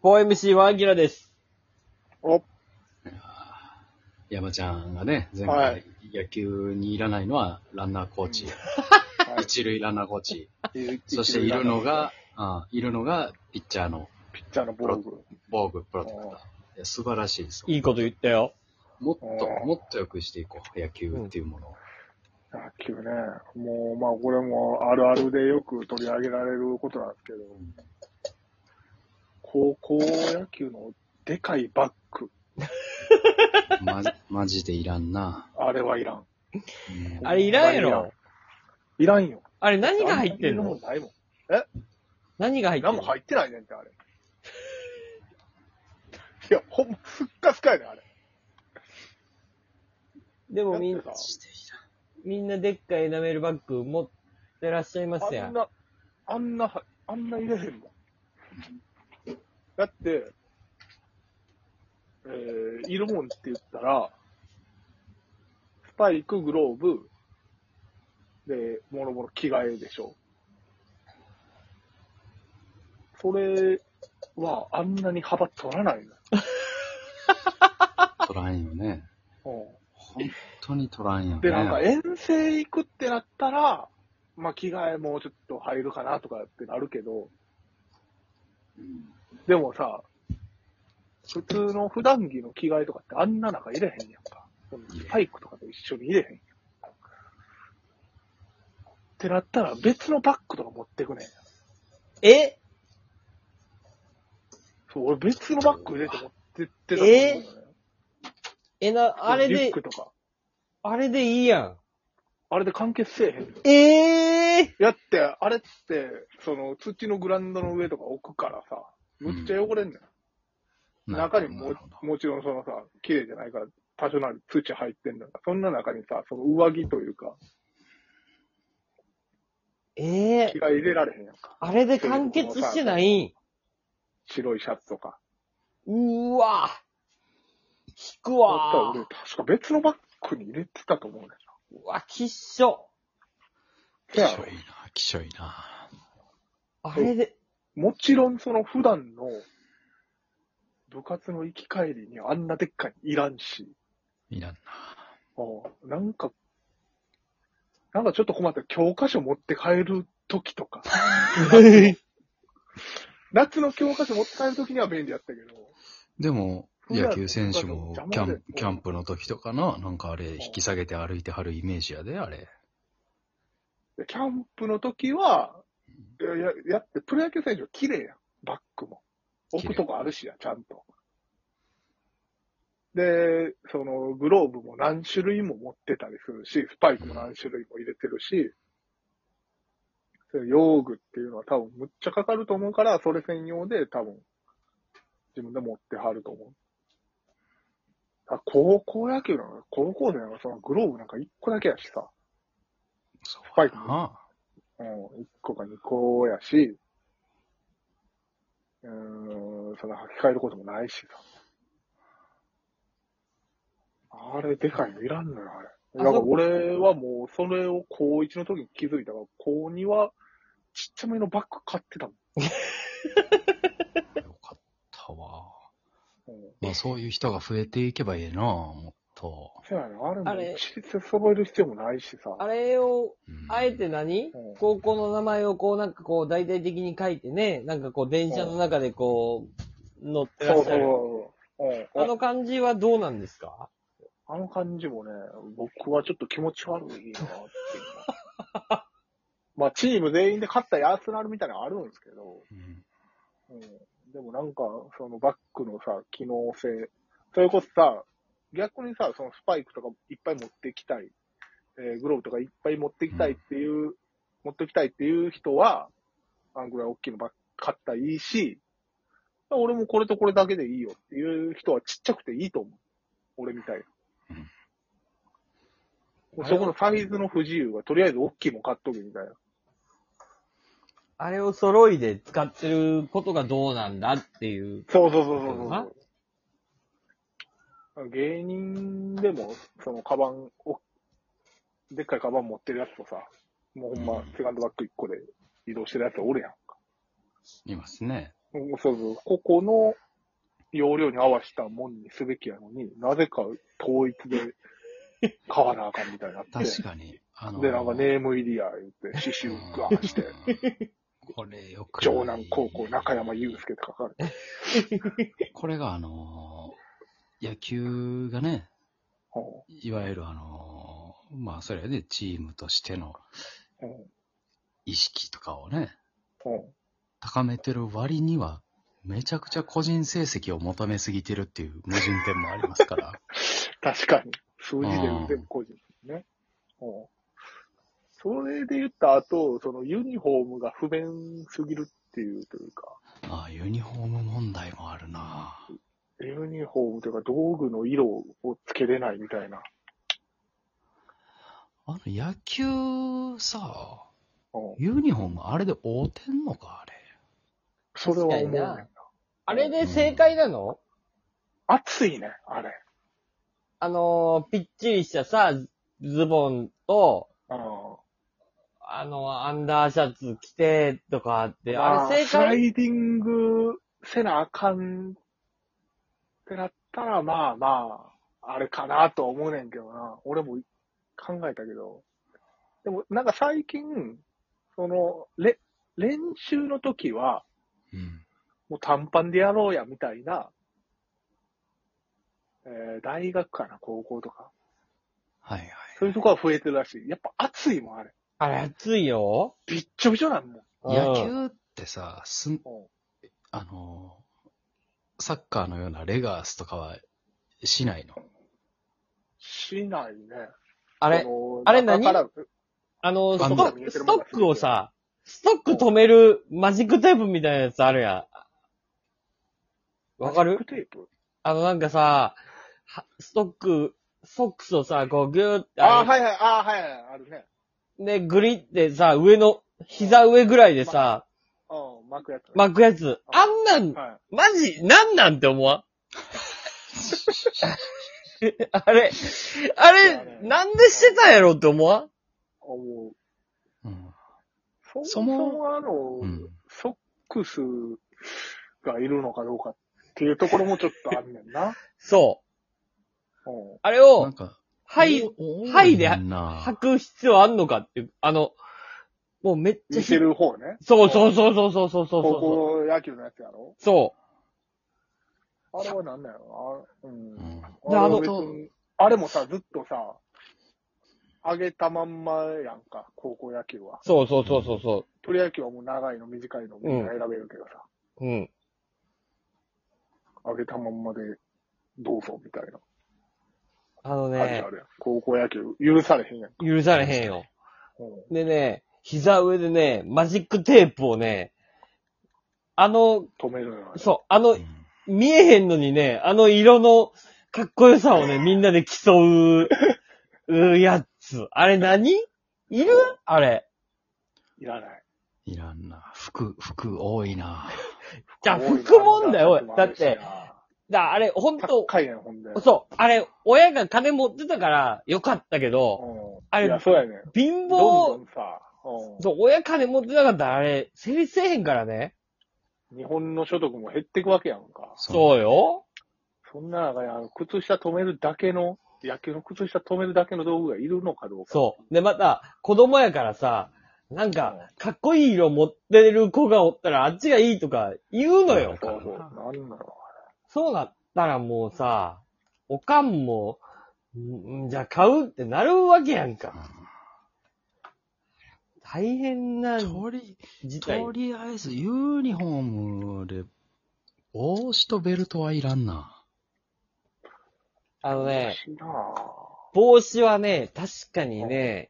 4MC1 アキラです。 お、 山ちゃんがね、前は回い野球にいらないのはランナーコーチ。一塁ランナーコーチ。そしているのがピッチャーの防具プロテクター。いや素晴らしいですよ。 いいこと言ったよ。 もっと良くしていこう、野球っていうものを。 野球ね、もう、まあ、これもあるあるでよく取り上げられることなんですけど、高校野球のでかいバッグ。 マジでいらんな。 あれはいらん。 あれいらんやろ。 いらんよ。 あれ何が入ってんの？ ないもん。 何が入ってんの？ 何も入ってないねんって、あれ。いや、ほんま、すっかすかやねん、あれ。 でもみんなでっかいエナメルバッグ持ってらっしゃいますやん。 あんな入れへんもん。だって、いるもんって言ったら、スパイク、グローブ、で、もろもろ着替えでしょ。それはあんなに幅取らないの。 取らんよね。本当に取らんよね。 で、なんか遠征行くってなったら、まあ着替えもうちょっと入るかなとかってなるけど、でもさ、普通の普段着の着替えとかってあんな中入れへんやんか。スパイクとかと一緒に入れへんやん。ってなったら別のバッグとか持ってくねん。そう、俺別のバッグ入れて持ってってたと思うよね。 あれで、 リュックとか。 あれでいいやん。 あれで完結せえへん。やって、あれって、土のグラウンドの上とか置くからさ、むっちゃ汚れんねん。中にもちろんさ、綺麗じゃないから、多少なり土入ってんだから、そんな中にさ、その上着というか、着替え入れられへんやんか。 あれで完結してないん？ 白いシャツとか。 うわ引くわ俺、確か別のバッグに入れてたと思うねんな。 うわ、きっしょ。 きしょいな。 あれで。 もちろん普段の部活の行き帰りにあんなでっかいいらんし。 いらんな。 なんかちょっと困ったら教科書持って帰るときとか。夏の教科書持って帰るときには便利やったけど。 でも、野球選手もキャンプの時とかな、なんかあれ引き下げて歩いてはるイメージやで、あれ。 キャンプの時は、やって、プロ野球選手は綺麗やん。バッグも。置くとこあるしや、ちゃんと。で、グローブも何種類も持ってたりするし、スパイクも何種類も入れてるし、用具っていうのは多分むっちゃかかると思うから、それ専用で多分自分で持ってはると思う。高校野球なの高校生なのグローブなんか1個だけやしさ。スパイクも。1個か2個やし、履き替えることもないしさ。あれ、でかいのいらんのよ、あれ。だから俺はもう、それを高1の時に気づいたから、高2はちっちゃめのバッグ買ってたもん。 よかったわ。まあそういう人が増えていけばいいな、もっと。 そうやね。あれも一律揃える必要もないしさ。 あれを、あえて高校の名前を大々的に書いてね、電車の中で乗ってらっしゃる。あの感じはどうなんですか？ あの感じもね、僕はちょっと気持ち悪いなっていうのは。まあ、チーム全員で勝ったりアーセナルみたいなのあるんですけど、でもなんか、バックのさ、機能性、それこそさ、逆にさ、スパイクとかいっぱい持ってきたい、グローブとかいっぱい持ってきたいっていう人は、あんぐらい大きいのばっ買ったらいいし、俺もこれとこれだけでいいよっていう人はちっちゃくていいと思う。俺みたいな。そこのサイズの不自由はとりあえず大きいもん買っとけみたいな。 あれを揃いで使ってることがどうなんだっていう。 そう。芸人でも、カバンを、でっかいカバン持ってるやつとさ、もうほんま、セカンドバッグ1個で移動してるやつおるやんか。 いますね。 そうそう。ここの容量に合わせたもんにすべきやのに、なぜか統一で買わなあかんみたいになって。 確かに。 で、なんかネーム入りや言って、刺繍ガーして。 これよく。 城南高校中山祐介って書かれて。 これが野球がね、 うん、 いわゆるまあ、それはね、チームとしての意識とかをね、高めてる割には、めちゃくちゃ個人成績を求めすぎてるっていう矛盾点もありますから。 確かに。数字で全部個人ですね。それで言った後、そのユニフォームが不便すぎるっていうというか。 ああ、ユニフォーム問題もあるな。 ユニフォームというか道具の色をつけれないみたいな。 野球さ、ユニフォームあれで合うてんのか、あれ。 それは思うねんな。 あれで正解なの？ 暑いね、あれ。 ぴっちりしたさ、ズボンと、アンダーシャツ着てとかあって、あれ正解？ スライディングせなあかんってなったら、まあまあ、あれかなと思うねんけどな。俺も考えたけど。でも、なんか最近、練習の時は、もう短パンでやろうや、みたいな、大学かな、高校とか。 はいはい。 そういうとこは増えてるらしい。やっぱ暑いもん、あれ。 あれ暑いよ。 びっちょびちょなんもん。 野球ってさ、サッカーのようなレガースとかはしないの？ しないね。 あれ何？ストックをさ、ストック止めるマジックテープみたいなやつあるやん。わかる？ マジックテープ？ なんかさ、ソックスをさ、こうギューって。 はいはい、あるね。 で、グリってさ、膝上ぐらいでさ、 巻くやつ。 巻くやつ。あんなん、マジ、なんて思わん？あれ、なんでしてたんやろって思わん？ 思う。 そもソックスがいるのかどうかっていうところもちょっとあんねんな。 そう。あれを、はいで履く必要あんのかっていう、もうめっちゃ。 見せる方ね。 そう。 高校野球のやつやろ？ そう。 あれはなんだよな。あれもさ、ずっとさ、上げたまんまやんか、高校野球は。 そう。 プロ野球はもう長いの短いのみんな選べるけどさ。上げたまんまでどうぞみたいな。あれ高校野球許されへんやん。 許されへんよ。でね、膝上でね、マジックテープをね、 止めるのよ。 そう、見えへんのにね、色のかっこよさをね、みんなで競うやつ。あれ何？いる？あれ。 いらない。 いらんな。服多いな。 じゃあ、服問題よ。だって、あれ、ほんと、そう、あれ、親が金持ってたからよかったけど、あれ、 そうやね。 貧乏、そう、親金持ってなかったらあれ、成立せえへんからね。 日本の所得も減っていくわけやんか。 そうよ。 そんな中に靴下止めるだけの、野球の靴下止めるだけの道具がいるのかどうか。 そう。で、また、子供やからさ、なんか、かっこいい色持ってる子がおったらあっちがいいとか言うのよ。 そう。なんだろう。 そうなったらもうさ、おかんも、じゃあ買うってなるわけやんか。大変な事態。 とりあえず、ユニフォームで、帽子とベルトはいらんな。 帽子はね、確かにね、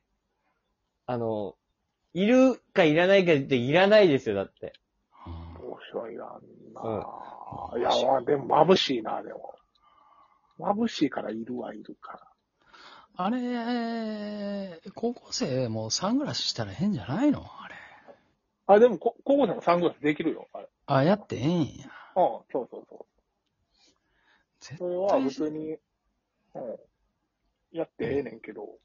いるかいらないかっていらないですよ、だって。 帽子はいらんな。いや、でも眩しいな、でも。眩しいからいるはいるから。 あれ、高校生もサングラスしたら変じゃないの？あれ。 でも、高校生もサングラスできるよ、あれ。 やってええんや。 そう。それは普通に、やってええねんけど、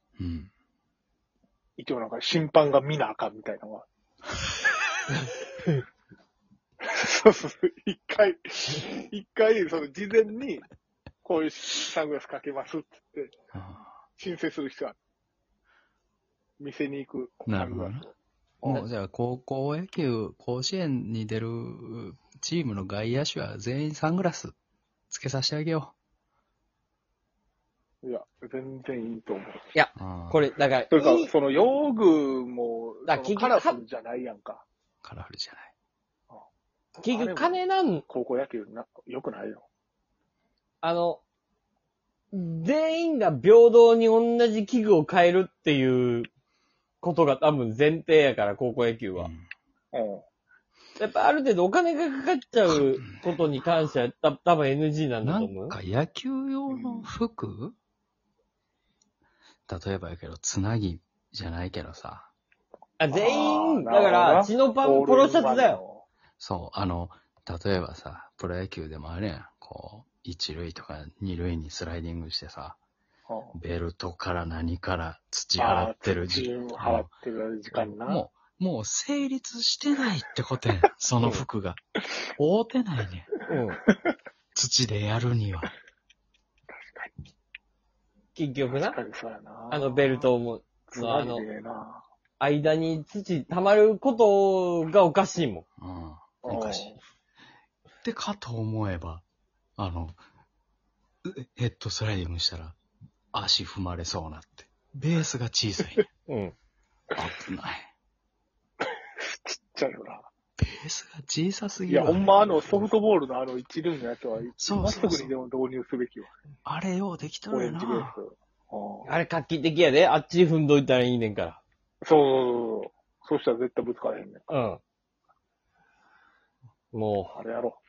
一応なんか審判が見なあかんみたいなのは。 そうそう。一回、その事前に、こういうサングラスかけますって言って、申請する人は、店に行くサングラスを。 もうじゃあ高校野球、甲子園に出るチームの外野手は全員サングラスつけさせてあげよいや、全然いいと思う。 いや、これ、だから、 それから、その用具も、カラフルじゃないやんか。 カラフルじゃない。 結局金なん高校野球よくないよ。 全員が平等に同じ器具を変えるっていうことが多分前提やから、高校野球は。やっぱある程度お金がかかっちゃうことに関しては多分 NG なんだと思う。 なんか野球用の服、例えばやけど、つなぎじゃないけどさ。 全員、だから、チノパンポロシャツだよ。 そう、例えばさ、プロ野球でもあるやん。こう、一塁とか二塁にスライディングしてさ、ベルトから何から土払ってる時間な。 もう成立してないってことやん。その服が。合うてないねん。土でやるには。確かに。 結局な。 確かにそうやな。 ベルトも、間に土溜まることがおかしいもん。 おかしい。で、かと思えば、ヘッドスライディングしたら、足踏まれそうなって。ベースが小さい、ね。危ない。 ちっちゃいよな。 ベースが小さすぎる。 いや、ほんまソフトボールの一塁のやつは、今すぐにでも導入すべきわ。 あれようできたらな。 あれ画期的やで。あっち踏んどいたらいいねんから。 そうしたら絶対ぶつかれへんねん。 もう。 あれやろ。